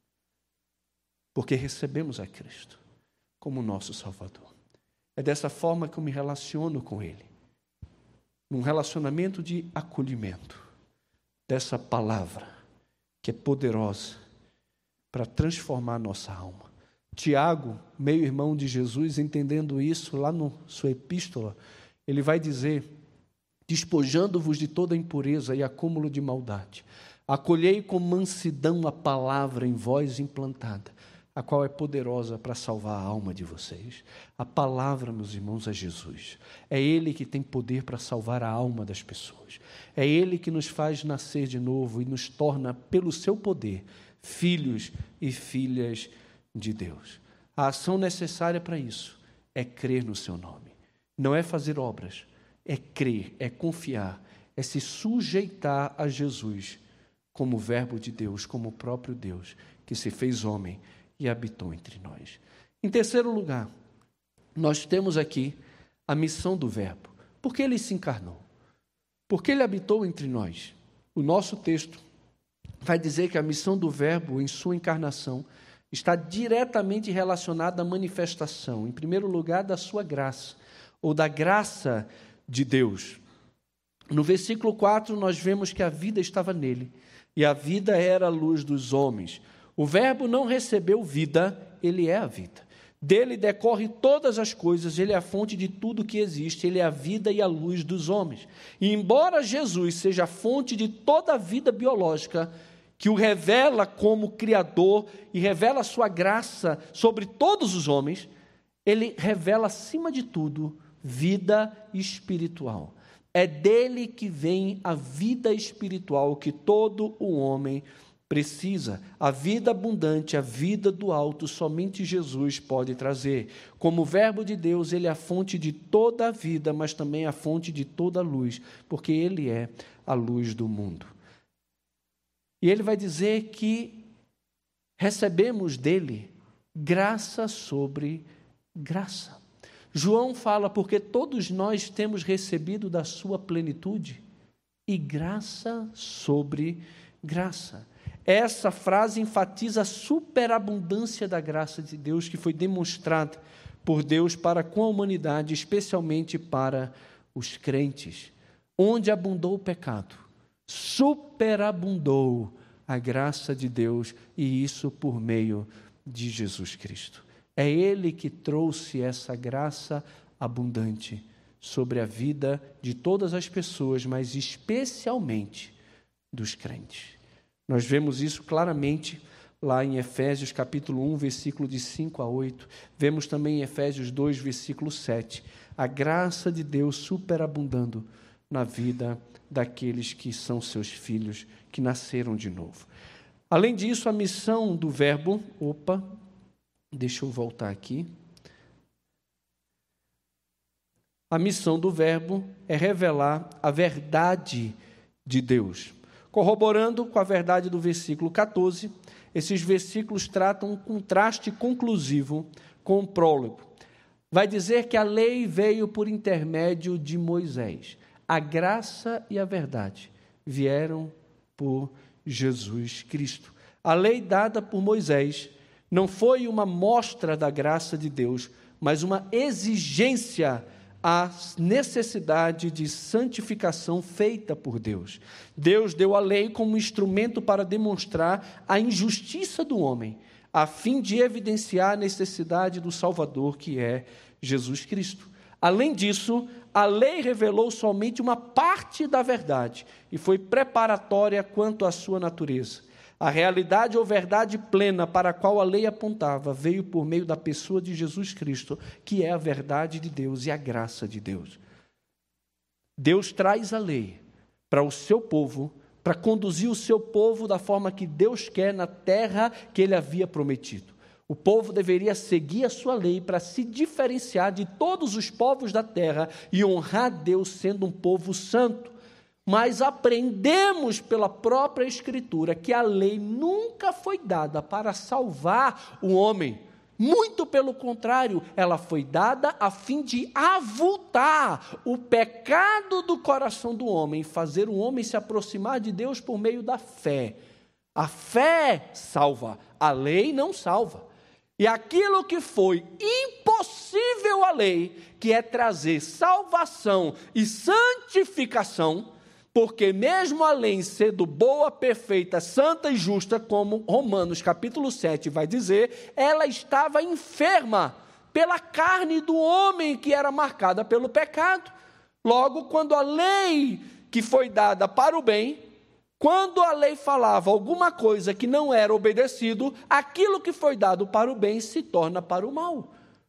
Speaker 1: porque recebemos a Cristo como nosso Salvador. É dessa forma que eu me relaciono com Ele, num relacionamento de acolhimento, dessa palavra que é poderosa para transformar nossa alma. Tiago, meio-irmão de Jesus, entendendo isso lá na sua epístola, ele vai dizer: despojando-vos de toda impureza e acúmulo de maldade, acolhei com mansidão a palavra em vós implantada, a qual é poderosa para salvar a alma de vocês. A palavra, meus irmãos, é Jesus. É Ele que tem poder para salvar a alma das pessoas. É Ele que nos faz nascer de novo e nos torna, pelo seu poder, filhos e filhas de Deus. A ação necessária para isso é crer no seu nome. Não é fazer obras, é crer, é confiar, é se sujeitar a Jesus como o Verbo de Deus, como o próprio Deus, que se fez homem e habitou entre nós. Em terceiro lugar, nós temos aqui a missão do Verbo. Por que ele se encarnou? Por que ele habitou entre nós? O nosso texto vai dizer que a missão do Verbo em sua encarnação está diretamente relacionada à manifestação, em primeiro lugar, da sua graça, ou da graça de Deus. No versículo 4, nós vemos que a vida estava nele, e a vida era a luz dos homens. O Verbo não recebeu vida, ele é a vida. Dele decorre todas as coisas, ele é a fonte de tudo que existe, ele é a vida e a luz dos homens. E embora Jesus seja a fonte de toda a vida biológica, que o revela como Criador e revela a sua graça sobre todos os homens, ele revela, acima de tudo, vida espiritual. É dele que vem a vida espiritual que todo o homem precisa. A vida abundante, a vida do alto, somente Jesus pode trazer. Como Verbo de Deus, ele é a fonte de toda a vida, mas também a fonte de toda a luz, porque ele é a luz do mundo. E ele vai dizer que recebemos dele graça sobre graça. João fala, porque todos nós temos recebido da sua plenitude e graça sobre graça. Essa frase enfatiza a superabundância da graça de Deus que foi demonstrada por Deus para com a humanidade, especialmente para os crentes. Onde abundou o pecado, superabundou a graça de Deus, e isso por meio de Jesus Cristo. É Ele que trouxe essa graça abundante sobre a vida de todas as pessoas, mas especialmente dos crentes. Nós vemos isso claramente lá em Efésios capítulo 1, versículo de 5 a 8. Vemos também em Efésios 2, versículo 7. A graça de Deus superabundando na vida daqueles que são seus filhos, que nasceram de novo. Além disso, a missão do Verbo... Deixa eu voltar aqui. A missão do Verbo é revelar a verdade de Deus. Corroborando com a verdade do versículo 14, esses versículos tratam um contraste conclusivo com o prólogo. Vai dizer que a lei veio por intermédio de Moisés. A graça e a verdade vieram por Jesus Cristo. A lei dada por Moisés não foi uma mostra da graça de Deus, mas uma exigência à necessidade de santificação feita por Deus. Deus deu a lei como instrumento para demonstrar a injustiça do homem, a fim de evidenciar a necessidade do Salvador, que é Jesus Cristo. Além disso, a lei revelou somente uma parte da verdade e foi preparatória quanto à sua natureza. A realidade ou verdade plena para a qual a lei apontava veio por meio da pessoa de Jesus Cristo, que é a verdade de Deus e a graça de Deus. Deus traz a lei para o seu povo, para conduzir o seu povo da forma que Deus quer na terra que Ele havia prometido. O povo deveria seguir a sua lei para se diferenciar de todos os povos da terra e honrar Deus sendo um povo santo. Mas aprendemos pela própria Escritura que a lei nunca foi dada para salvar o homem. Muito pelo contrário, ela foi dada a fim de avultar o pecado do coração do homem, fazer o homem se aproximar de Deus por meio da fé. A fé salva, a lei não salva. E aquilo que foi impossível à lei, que é trazer salvação e santificação, porque mesmo a lei sendo boa, perfeita, santa e justa, como Romanos capítulo 7 vai dizer, ela estava enferma pela carne do homem que era marcada pelo pecado. Logo, quando a lei que foi dada para o bem, quando a lei falava alguma coisa que não era obedecido, aquilo que foi dado para o bem se torna para o mal.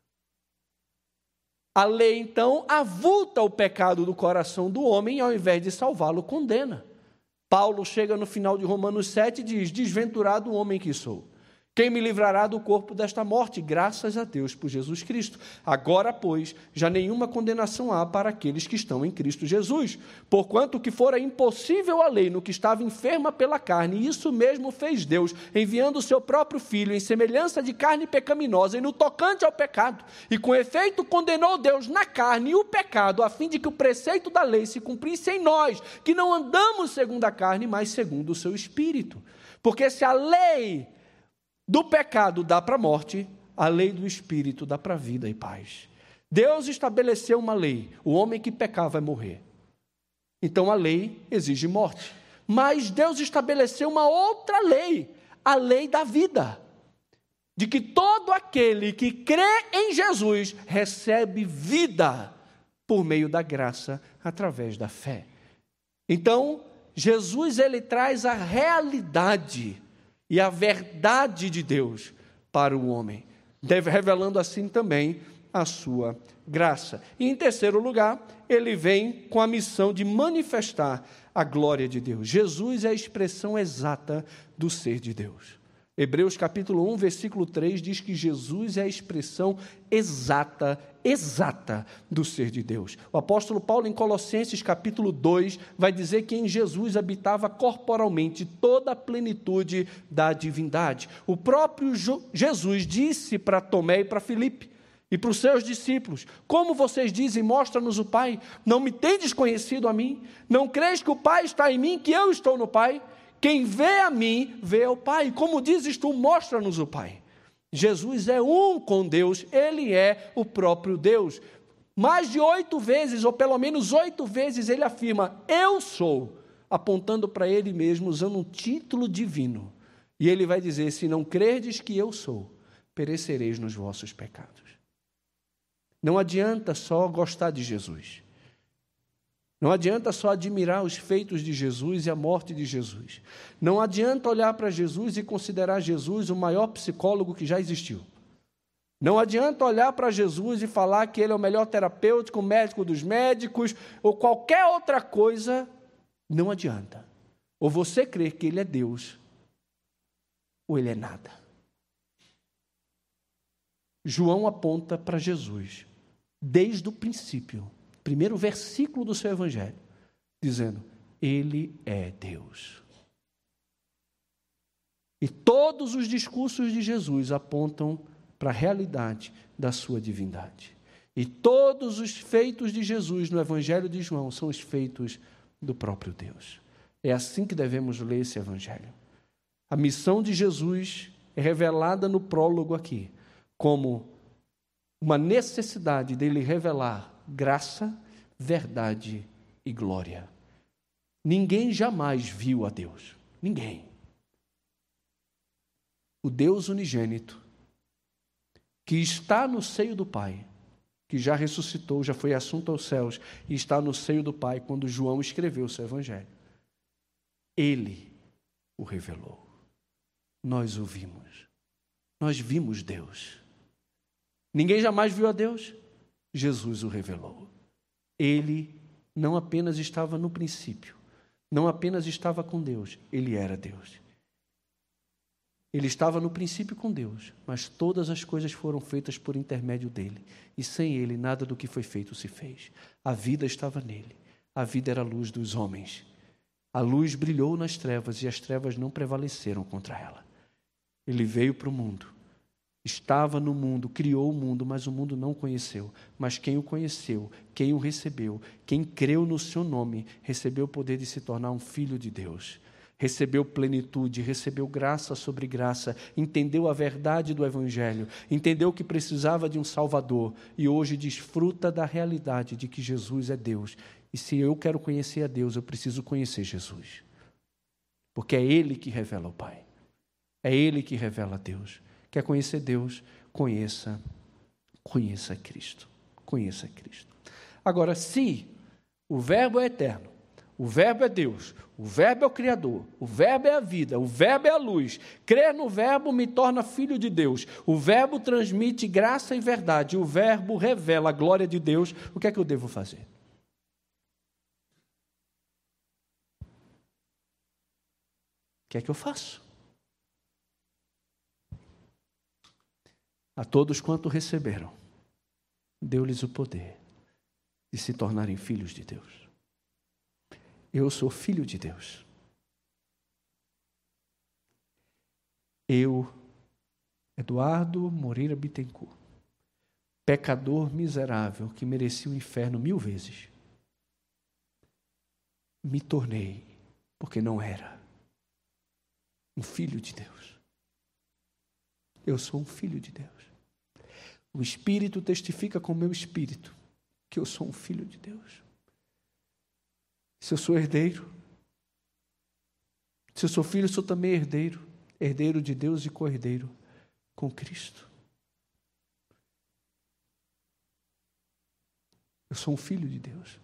Speaker 1: A lei, então, avulta o pecado do coração do homem e, ao invés de salvá-lo, condena. Paulo chega no final de Romanos 7 e diz, desventurado homem que sou, Quem me livrará do corpo desta morte? Graças a Deus por Jesus Cristo. Agora, pois, já nenhuma condenação há para aqueles que estão em Cristo Jesus. Porquanto que fora impossível a lei no que estava enferma pela carne, isso mesmo fez Deus, enviando o seu próprio Filho em semelhança de carne pecaminosa e no tocante ao pecado. E com efeito condenou Deus na carne o pecado, a fim de que o preceito da lei se cumprisse em nós, que não andamos segundo a carne, mas segundo o seu Espírito. Porque se a lei do pecado dá para a morte, a lei do Espírito dá para a vida e paz. Deus estabeleceu uma lei: o homem que pecar vai morrer. Então a lei exige morte. Mas Deus estabeleceu uma outra lei, a lei da vida, de que todo aquele que crê em Jesus recebe vida por meio da graça, através da fé. Então, Jesus, ele traz a realidade e a verdade de Deus para o homem, revelando assim também a sua graça. E em terceiro lugar, ele vem com a missão de manifestar a glória de Deus. Jesus é a expressão exata do ser de Deus. Hebreus capítulo 1, versículo 3 diz que Jesus é a expressão exata do ser de Deus. O apóstolo Paulo, em Colossenses capítulo 2, vai dizer que em Jesus habitava corporalmente toda a plenitude da divindade. O próprio Jesus disse para Tomé e para Filipe e para os seus discípulos: como vocês dizem, mostra-nos o Pai? Não me tendes conhecido a mim? Não creis que o Pai está em mim, que eu estou no Pai? Quem vê a mim, vê ao Pai. Como dizes tu, mostra-nos o Pai. Jesus é um com Deus, ele é o próprio Deus. Mais de 8 vezes, ou pelo menos 8 vezes, ele afirma: eu sou, apontando para ele mesmo, usando um título divino. E ele vai dizer: se não crerdes que eu sou, perecereis nos vossos pecados. Não adianta só gostar de Jesus. Não adianta só admirar os feitos de Jesus e a morte de Jesus. Não adianta olhar para Jesus e considerar Jesus o maior psicólogo que já existiu. Não adianta olhar para Jesus e falar que ele é o melhor terapêutico, o médico dos médicos, ou qualquer outra coisa. Não adianta. Ou você crer que ele é Deus, ou ele é nada. João aponta para Jesus, desde o princípio, primeiro versículo do seu evangelho, dizendo: ele é Deus. E todos os discursos de Jesus apontam para a realidade da sua divindade. E todos os feitos de Jesus no evangelho de João são os feitos do próprio Deus. É assim que devemos ler esse evangelho. A missão de Jesus é revelada no prólogo aqui, como uma necessidade dele revelar graça, verdade e glória. Ninguém jamais viu a Deus. Ninguém. O Deus unigênito, que está no seio do Pai, que já ressuscitou, já foi assunto aos céus, e está no seio do Pai quando João escreveu o seu evangelho. Ele o revelou. Nós o vimos. Nós vimos Deus. Ninguém jamais viu a Deus. Jesus o revelou. Ele não apenas estava no princípio, não apenas estava com Deus, ele era Deus. Ele estava no princípio com Deus, mas todas as coisas foram feitas por intermédio dele, e sem ele nada do que foi feito se fez. A vida estava nele, a vida era a luz dos homens. A luz brilhou nas trevas e as trevas não prevaleceram contra ela. Ele veio para o mundo, estava no mundo, criou o mundo, mas o mundo não conheceu. Mas quem o conheceu, quem o recebeu, quem creu no seu nome, recebeu o poder de se tornar um filho de Deus. Recebeu plenitude, recebeu graça sobre graça, entendeu a verdade do Evangelho, entendeu que precisava de um Salvador e hoje desfruta da realidade de que Jesus é Deus. E se eu quero conhecer a Deus, eu preciso conhecer Jesus. Porque é Ele que revela o Pai. É Ele que revela a Deus. Quer conhecer Deus? Conheça Cristo. Conheça Cristo. Agora, se o Verbo é eterno, o Verbo é Deus, o Verbo é o Criador, o Verbo é a vida, o Verbo é a luz, crer no Verbo me torna filho de Deus, o Verbo transmite graça e verdade, o Verbo revela a glória de Deus, o que é que eu devo fazer? O que é que eu faço? A todos quanto receberam, deu-lhes o poder de se tornarem filhos de Deus. Eu sou filho de Deus. Eu, Eduardo Moreira Bittencourt, pecador miserável que merecia o inferno 1000 vezes, me tornei, porque não era, um filho de Deus. Eu sou um filho de Deus. O Espírito testifica com o meu espírito que eu sou um filho de Deus. Se eu sou herdeiro, se eu sou filho, eu sou também herdeiro. Herdeiro de Deus e co-herdeiro com Cristo. Eu sou um filho de Deus.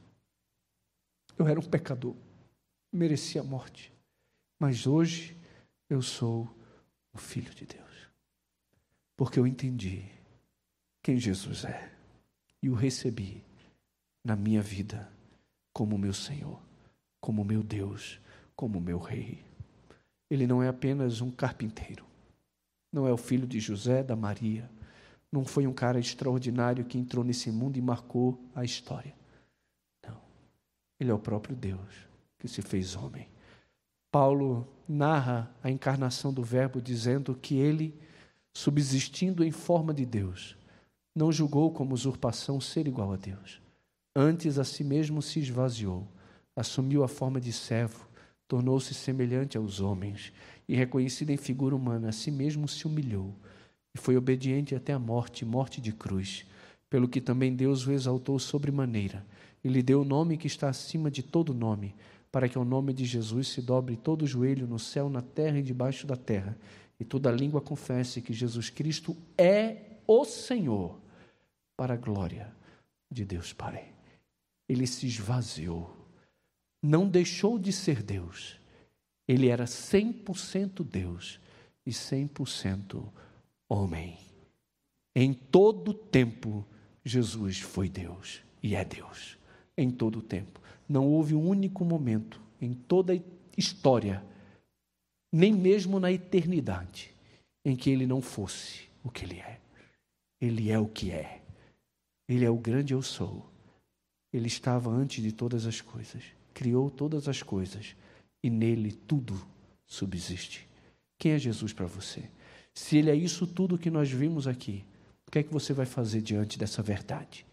Speaker 1: Eu era um pecador, merecia a morte. Mas hoje eu sou um filho de Deus. Porque eu entendi quem Jesus é e o recebi na minha vida como meu Senhor, como meu Deus, como meu Rei. Ele não é apenas um carpinteiro, não é o filho de José, da Maria, não foi um cara extraordinário que entrou nesse mundo e marcou a história. Não, ele é o próprio Deus que se fez homem. Paulo narra a encarnação do Verbo dizendo que ele, subsistindo em forma de Deus, não julgou como usurpação ser igual a Deus. Antes a si mesmo se esvaziou, assumiu a forma de servo, tornou-se semelhante aos homens e, reconhecido em figura humana, a si mesmo se humilhou e foi obediente até a morte, morte de cruz, pelo que também Deus o exaltou sobremaneira e lhe deu o nome que está acima de todo nome, para que ao nome de Jesus se dobre todo o joelho no céu, na terra e debaixo da terra, e toda língua confesse que Jesus Cristo é o Senhor, para a glória de Deus Pai. Ele se esvaziou, não deixou de ser Deus. Ele era 100% Deus e 100% homem. Em todo tempo, Jesus foi Deus e é Deus. Em todo tempo. Não houve um único momento em toda a história, nem mesmo na eternidade, em que ele não fosse o que ele é. Ele é o que é. Ele é o grande eu sou. Ele estava antes de todas as coisas. Criou todas as coisas e nele tudo subsiste. Quem é Jesus para você? Se ele é isso tudo que nós vimos aqui, o que é que você vai fazer diante dessa verdade?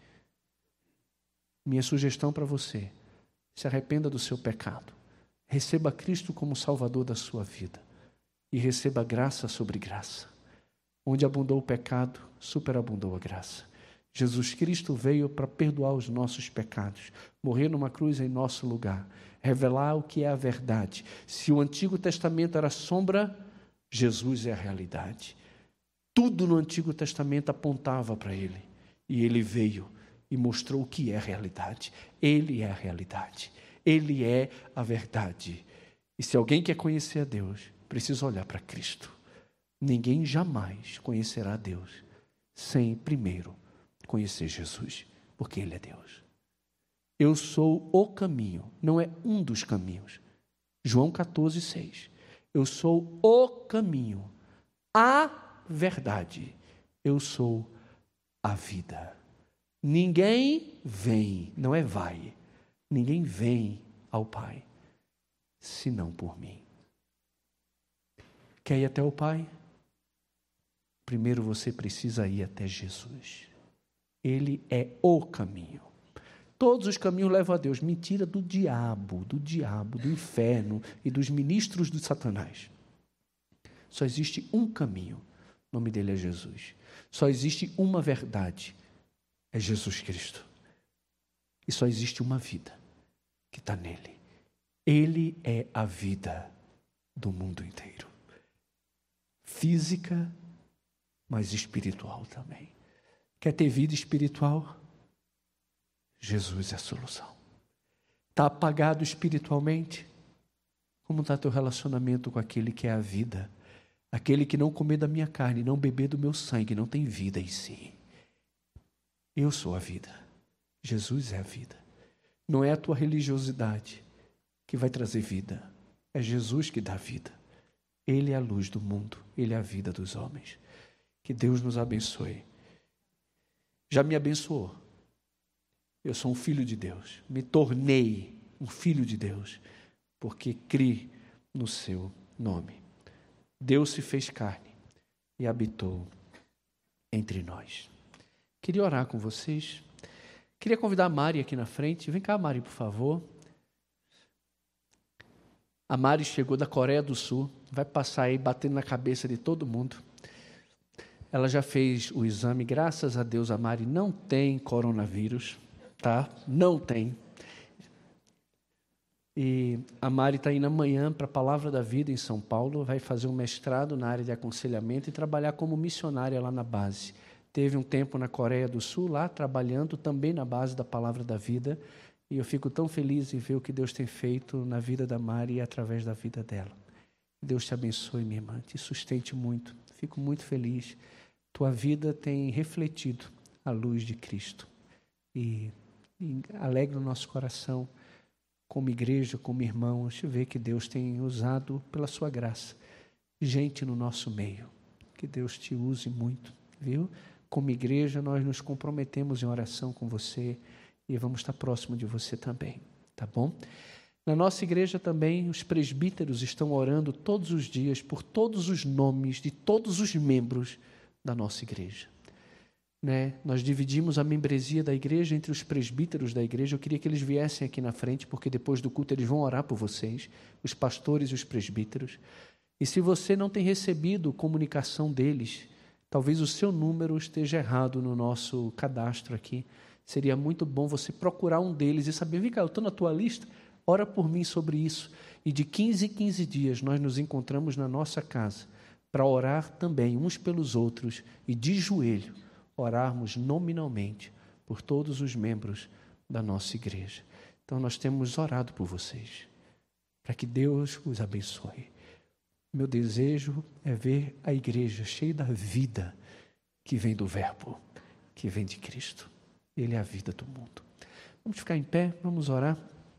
Speaker 1: Minha sugestão para você: se arrependa do seu pecado, receba Cristo como Salvador da sua vida e receba graça sobre graça. Onde abundou o pecado, superabundou a graça. Jesus Cristo veio para perdoar os nossos pecados, morrer numa cruz em nosso lugar, revelar o que é a verdade. Se o Antigo Testamento era sombra, Jesus é a realidade. Tudo no Antigo Testamento apontava para ele, e ele veio e mostrou o que é a realidade. Ele é a realidade, ele é a verdade. E se alguém quer conhecer a Deus, precisa olhar para Cristo. Ninguém jamais conhecerá a Deus sem primeiro conhecer Jesus, porque ele é Deus. Eu sou o caminho, não é um dos caminhos. João 14:6. Eu sou o caminho, a verdade. Eu sou a vida. Ninguém vem, não é vai, ninguém vem ao Pai, senão por mim. Quer ir até o Pai? Primeiro você precisa ir até Jesus. Ele é o caminho. Todos os caminhos levam a Deus. Mentira do diabo, do inferno e dos ministros de Satanás. Só existe um caminho. O nome dele é Jesus. Só existe uma verdade. É Jesus Cristo. E só existe uma vida que está nele. Ele é a vida do mundo inteiro. Física, mas espiritual também. Quer ter vida espiritual? Jesus é a solução. Está apagado espiritualmente? Como está teu relacionamento com aquele que é a vida? Aquele que não comer da minha carne, não beber do meu sangue, não tem vida em si. Eu sou a vida. Jesus é a vida. Não é a tua religiosidade que vai trazer vida. É Jesus que dá vida. Ele é a luz do mundo. Ele é a vida dos homens. Que Deus nos abençoe. Já me abençoou. Eu sou um filho de Deus. Me tornei um filho de Deus, porque criei no seu nome. Deus se fez carne e habitou entre nós. Queria orar com vocês. Queria convidar a Mari aqui na frente. Vem cá, Mari, por favor. A Mari chegou da Coreia do Sul. Vai passar aí batendo na cabeça de todo mundo. Ela já fez o exame. Graças a Deus, a Mari não tem coronavírus. Tá? Não tem. E a Mari está indo amanhã para a Palavra da Vida em São Paulo. Vai fazer um mestrado na área de aconselhamento e trabalhar como missionária lá na base. Teve um tempo na Coreia do Sul, lá trabalhando também na base da Palavra da Vida. E eu fico tão feliz em ver o que Deus tem feito na vida da Mari e através da vida dela. Deus te abençoe, minha irmã, te sustente muito. Fico muito feliz. Tua vida tem refletido a luz de Cristo. E alegra o nosso coração, como igreja, como irmãos, ver que Deus tem usado pela sua graça gente no nosso meio. Que Deus te use muito, viu? Como igreja, nós nos comprometemos em oração com você e vamos estar próximo de você também, tá bom? Na nossa igreja também, os presbíteros estão orando todos os dias por todos os nomes de todos os membros da nossa igreja. Nós dividimos a membresia da igreja entre os presbíteros da igreja. Eu queria que eles viessem aqui na frente, porque depois do culto eles vão orar por vocês, os pastores e os presbíteros. E se você não tem recebido comunicação deles, talvez o seu número esteja errado no nosso cadastro aqui. Seria muito bom você procurar um deles e saber, vem cá, eu estou na tua lista, ora por mim sobre isso. E de 15 em 15 dias nós nos encontramos na nossa casa para orar também uns pelos outros e de joelho orarmos nominalmente por todos os membros da nossa igreja. Então nós temos orado por vocês, para que Deus os abençoe. Meu desejo é ver a igreja cheia da vida que vem do Verbo, que vem de Cristo. Ele é a vida do mundo. Vamos ficar em pé, vamos orar.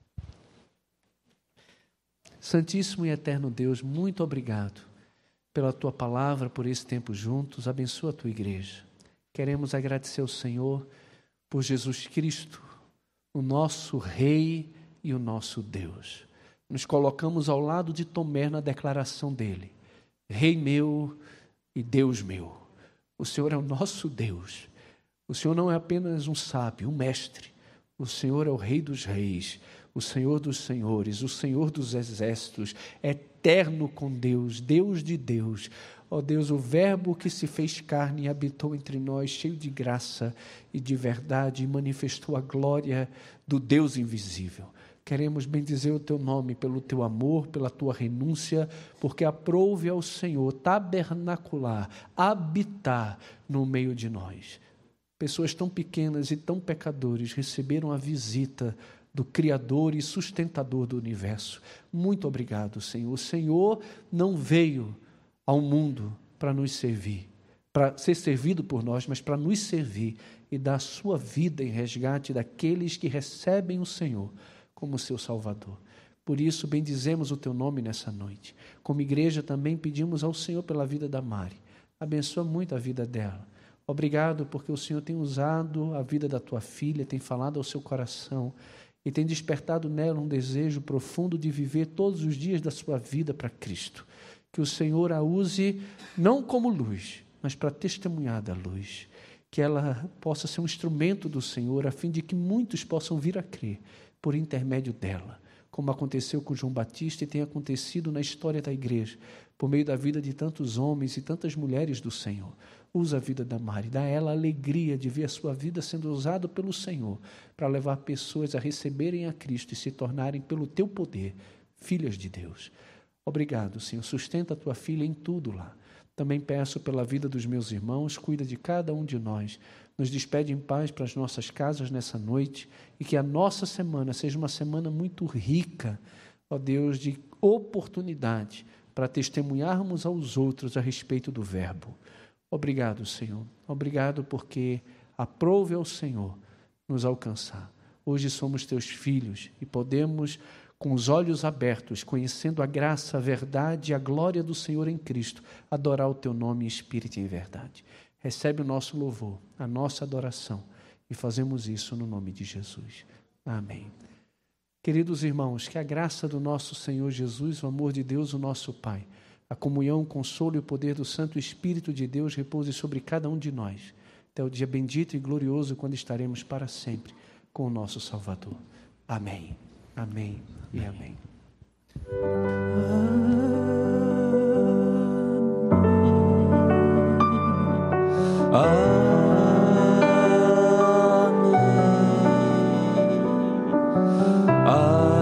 Speaker 1: Santíssimo e eterno Deus, muito obrigado pela Tua palavra, por esse tempo juntos. Abençoa a Tua igreja. Queremos agradecer ao Senhor por Jesus Cristo, o nosso Rei e o nosso Deus. Nos colocamos ao lado de Tomé na declaração dele: Rei meu e Deus meu. O Senhor é o nosso Deus. O Senhor não é apenas um sábio, um mestre. O Senhor é o Rei dos reis, o Senhor dos senhores, o Senhor dos exércitos, eterno com Deus, Deus de Deus. Ó Deus, o Verbo que se fez carne e habitou entre nós, cheio de graça e de verdade, e manifestou a glória do Deus invisível. Queremos bendizer o Teu nome pelo Teu amor, pela Tua renúncia, porque aprouve ao Senhor tabernacular, habitar no meio de nós. Pessoas tão pequenas e tão pecadores receberam a visita do Criador e sustentador do universo. Muito obrigado, Senhor. O Senhor não veio ao mundo para nos servir, para ser servido por nós, mas para nos servir e dar a sua vida em resgate daqueles que recebem o Senhor como seu Salvador. Por isso, bendizemos o Teu nome nessa noite. Como igreja, também pedimos ao Senhor pela vida da Mari. Abençoa muito a vida dela. Obrigado porque o Senhor tem usado a vida da Tua filha, tem falado ao seu coração e tem despertado nela um desejo profundo de viver todos os dias da sua vida para Cristo. Que o Senhor a use não como luz, mas para testemunhar da luz. Que ela possa ser um instrumento do Senhor, a fim de que muitos possam vir a crer por intermédio dela, como aconteceu com João Batista e tem acontecido na história da igreja, por meio da vida de tantos homens e tantas mulheres do Senhor. Usa a vida da Mari, dá a ela a alegria de ver a sua vida sendo usada pelo Senhor para levar pessoas a receberem a Cristo e se tornarem, pelo Teu poder, filhas de Deus. Obrigado, Senhor. Sustenta a Tua filha em tudo lá. Também peço pela vida dos meus irmãos, cuida de cada um de nós. Nos despede em paz para as nossas casas nessa noite e que a nossa semana seja uma semana muito rica, ó Deus, de oportunidade para testemunharmos aos outros a respeito do Verbo. Obrigado, Senhor. Obrigado porque aprove ao Senhor nos alcançar. Hoje somos Teus filhos e podemos com os olhos abertos, conhecendo a graça, a verdade e a glória do Senhor em Cristo, adorar o teu nome em espírito e em verdade. Recebe o nosso louvor, a nossa adoração, e fazemos isso no nome de Jesus. Amém. Queridos irmãos, que a graça do nosso Senhor Jesus, o amor de Deus, o nosso Pai, a comunhão, o consolo e o poder do Santo Espírito de Deus repouse sobre cada um de nós, até o dia bendito e glorioso, quando estaremos para sempre com o nosso Salvador. Amém. Amém e amém. Amém.